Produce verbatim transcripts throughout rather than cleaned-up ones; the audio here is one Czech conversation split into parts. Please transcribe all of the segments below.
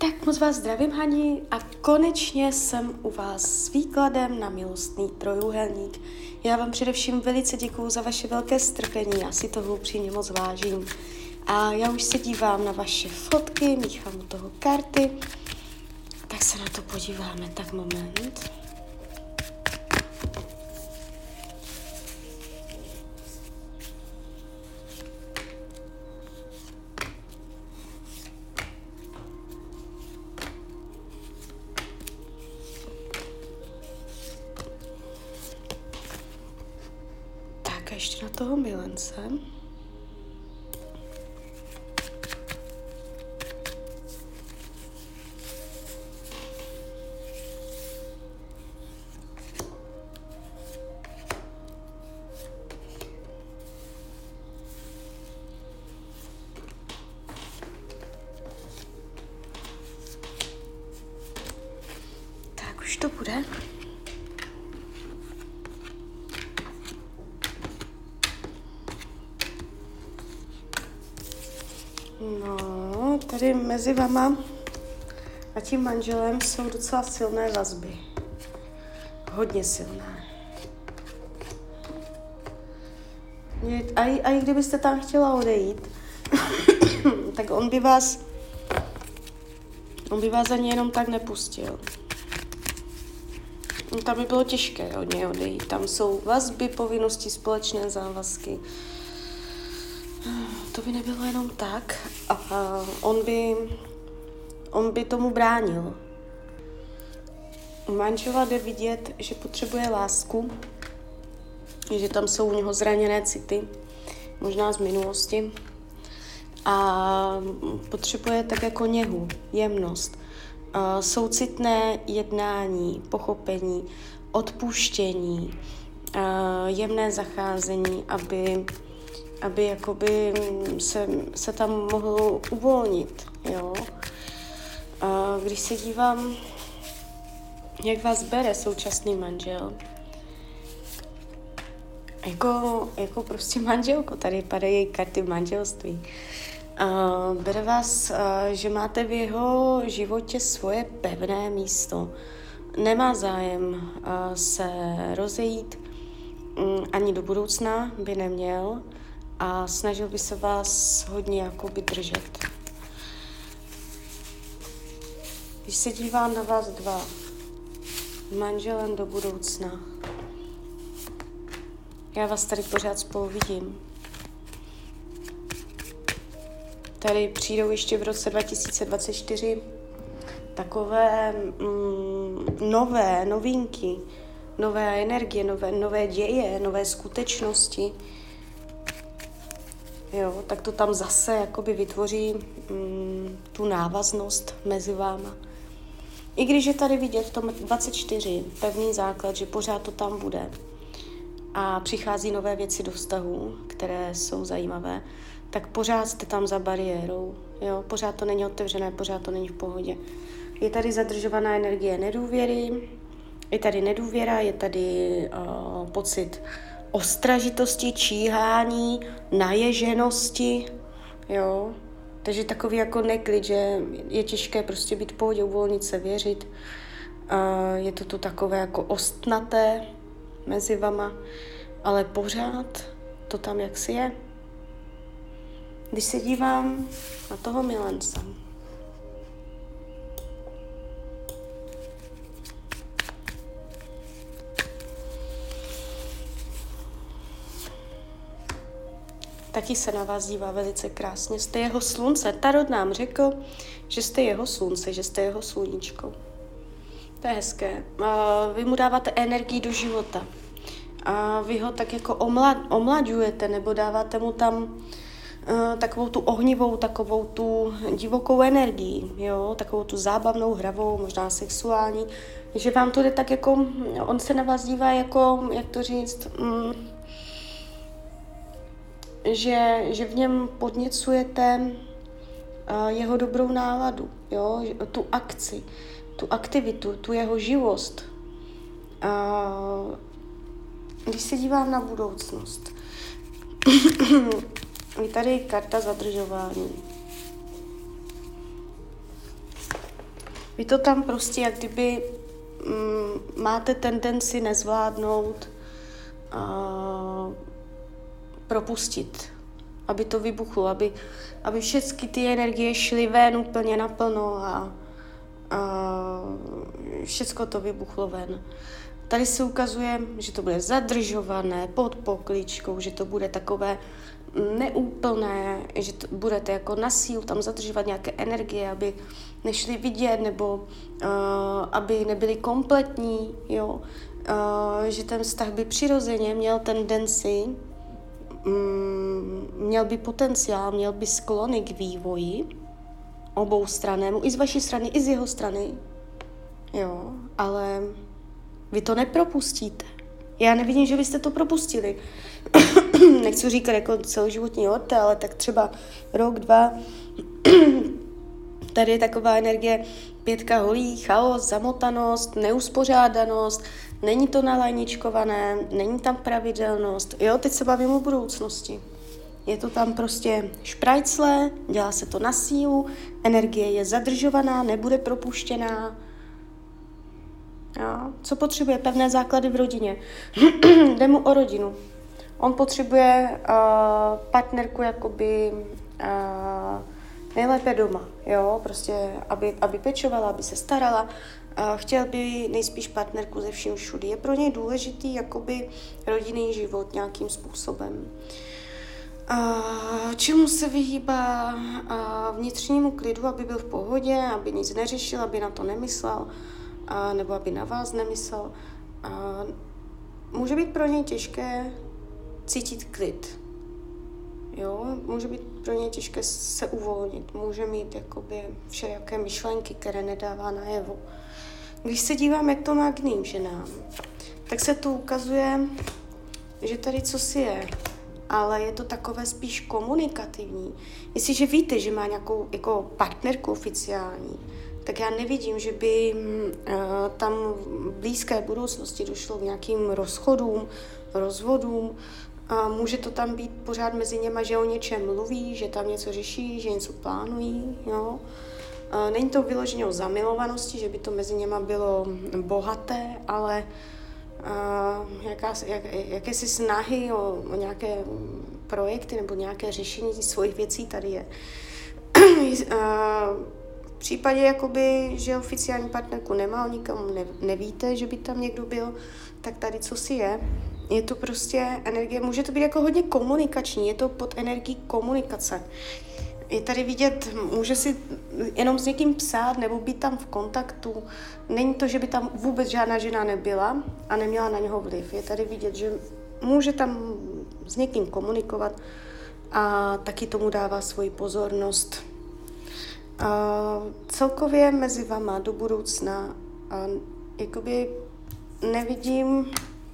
Tak moc vás zdravím, Hani, a konečně jsem u vás s výkladem na milostný trojúhelník. Já vám především velice děkuju za vaše velké strpení, já si toho upřímně moc vážím. A já už se dívám na vaše fotky, míchám u toho karty, tak se na to podíváme, tak moment. A ještě na toho milence. Tak už to bude. No, tady mezi vama a tím manželem jsou docela silné vazby. Hodně silné. A i, a i kdybyste tam chtěla odejít, tak on by vás, on by vás ani jenom tak nepustil. Tam by bylo těžké od něj odejít. Tam jsou vazby, povinnosti, společné závazky. To by nebylo jenom tak a on by, on by tomu bránil. U manžela jde vidět, že potřebuje lásku, že tam jsou u něho zraněné city, možná z minulosti, a potřebuje tak jako něhu, jemnost, soucitné jednání, pochopení, odpuštění, jemné zacházení, aby aby jakoby se, se tam mohl uvolnit, jo. A když se dívám, jak vás bere současný manžel, jako, jako prostě manželko, tady padají karty manželství. A bere vás, a, že máte v jeho životě svoje pevné místo. Nemá zájem a, se rozejít, m, ani do budoucna by neměl, a snažil by se vás hodně jakoby držet. Když se dívám na vás dva, manželem do budoucna, já vás tady pořád spolu vidím. Tady přijdou ještě v roce dva tisíce dvacet čtyři takové mm, nové novinky, nové energie, nové, nové děje, nové skutečnosti. Jo, tak to tam zase jakoby vytvoří mm, tu návaznost mezi váma. I když je tady vidět v tom dvacet čtyři pevný základ, že pořád to tam bude a přichází nové věci do vztahu, které jsou zajímavé, tak pořád jste tam za bariérou. Jo, pořád to není otevřené, pořád to není v pohodě. Je tady zadržovaná energie nedůvěry, je tady nedůvěra, je tady uh, pocit ostražitosti, číhání, naježenosti, jo. Takže takový jako neklid, že je těžké prostě být v pohodě, uvolnit se, věřit. A je to tu takové jako ostnaté mezi vama, ale pořád to tam jaksi je. Když se dívám na toho milence, taky se na vás dívá velice krásně. Jste jeho slunce. Tarot nám řekl, že jste jeho slunce, že jste jeho sluníčko. To je hezké. Vy mu dáváte energii do života. A vy ho tak jako omlad, omlaďujete, nebo dáváte mu tam takovou tu ohnivou, takovou tu divokou energii, jo? Takovou tu zábavnou, hravou, možná sexuální. Že vám to jde tak jako, on se na vás dívá jako, jak to říct, mm, Že, že v něm podněcujete uh, jeho dobrou náladu, jo? Tu akci, tu aktivitu, tu jeho živost. Uh, když se dívám na budoucnost, je tady karta zadržování. Vy to tam prostě jak kdyby mm, máte tendenci nezvládnout a propustit, aby to vybuchlo, aby, aby všechny ty energie šly ven úplně naplno a, a všecko to vybuchlo ven. Tady se ukazuje, že to bude zadržované pod pokličkou, že to bude takové neúplné, že to budete jako na sílu tam zadržovat nějaké energie, aby nešli vidět, nebo uh, aby nebyli kompletní, jo. Uh, že ten vztah by přirozeně měl tendenci, um, měl by potenciál, měl by sklony k vývoji obou stranému, i z vaší strany, i z jeho strany, jo, ale vy to nepropustíte. Já nevidím, že byste to propustili. Nechci říkat jako celoživotní orte, ale tak třeba rok, dva. Tady je taková energie pětka holí, chaos, zamotanost, neuspořádanost, není to nalajničkované, není tam pravidelnost. Jo, teď se bavím o budoucnosti. Je to tam prostě šprajclé, dělá se to na sílu, energie je zadržovaná, nebude propuštěná. Jo. Co potřebuje? Pevné základy v rodině. Jde mu o rodinu. On potřebuje uh, partnerku jakoby uh, nejlépe doma, jo, prostě, aby, aby pečovala, aby se starala. Uh, chtěl by nejspíš partnerku ze vším všudy. Je pro něj důležitý jakoby rodinný život nějakým způsobem. Uh, čemu se vyhýbá uh, vnitřnímu klidu, aby byl v pohodě, aby nic neřešil, aby na to nemyslel, uh, nebo aby na vás nemyslel. Uh, může být pro něj těžké cítit klid. Jo, může být pro něj těžké se uvolnit, může mít jakoby všelijaké myšlenky, které nedává najevo. Když se dívám, jak to má k jiným ženám, tak se tu ukazuje, že tady cosi je, ale je to takové spíš komunikativní. Jestliže víte, že má nějakou jako partnerku oficiální, tak já nevidím, že by uh, tam v blízké budoucnosti došlo k nějakým rozchodům, rozvodům. A může to tam být pořád mezi něma, že o něčem mluví, že tam něco řeší, že něco plánují, jo. A není to vyloženě o zamilovanosti, že by to mezi něma bylo bohaté, ale a, jaká, jak, jakési snahy o, o nějaké projekty nebo nějaké řešení svých věcí tady je. A, v případě, jakoby, že oficiální partnerku nemá, o nikomu ne, nevíte, že by tam někdo byl, tak tady co si je. Je to prostě energie, může to být jako hodně komunikační, je to pod energií komunikace. Je tady vidět, může si jenom s někým psát nebo být tam v kontaktu. Není to, že by tam vůbec žádná žena nebyla a neměla na něho vliv. Je tady vidět, že může tam s někým komunikovat a taky tomu dává svoji pozornost. A celkově mezi vama do budoucna a jakoby nevidím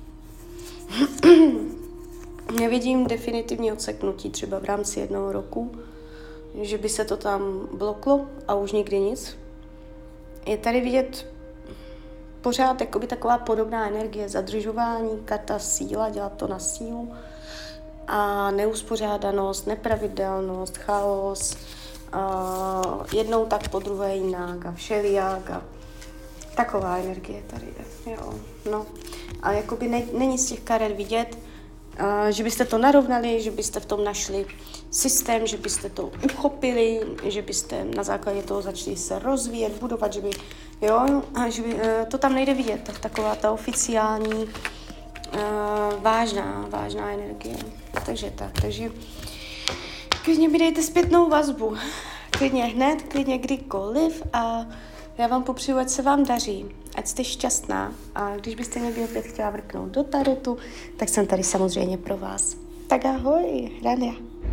nevidím definitivní odseknutí třeba v rámci jednoho roku, že by se to tam bloklo a už nikdy nic. Je tady vidět pořád jakoby taková podobná energie, zadržování, karta síla, dělat to na sílu a neuspořádanost, nepravidelnost, chaos, a jednou tak po druhé jinak a všelijak a taková energie tady je, jo, no. A jakoby ne, není z těch karet vidět, uh, že byste to narovnali, že byste v tom našli systém, že byste to uchopili, že byste na základě toho začali se rozvíjet, budovat, že by, jo, že by, uh, to tam nejde vidět, tak taková ta oficiální, uh, vážná, vážná energie. Takže tak, takže klidně mi dejte zpětnou vazbu, klidně hned, klidně kdykoliv a já vám popřeju, ať se vám daří, ať jste šťastná a když byste někdy opět chtěla vrknout do tarotu, tak jsem tady samozřejmě pro vás. Tak ahoj, Rania.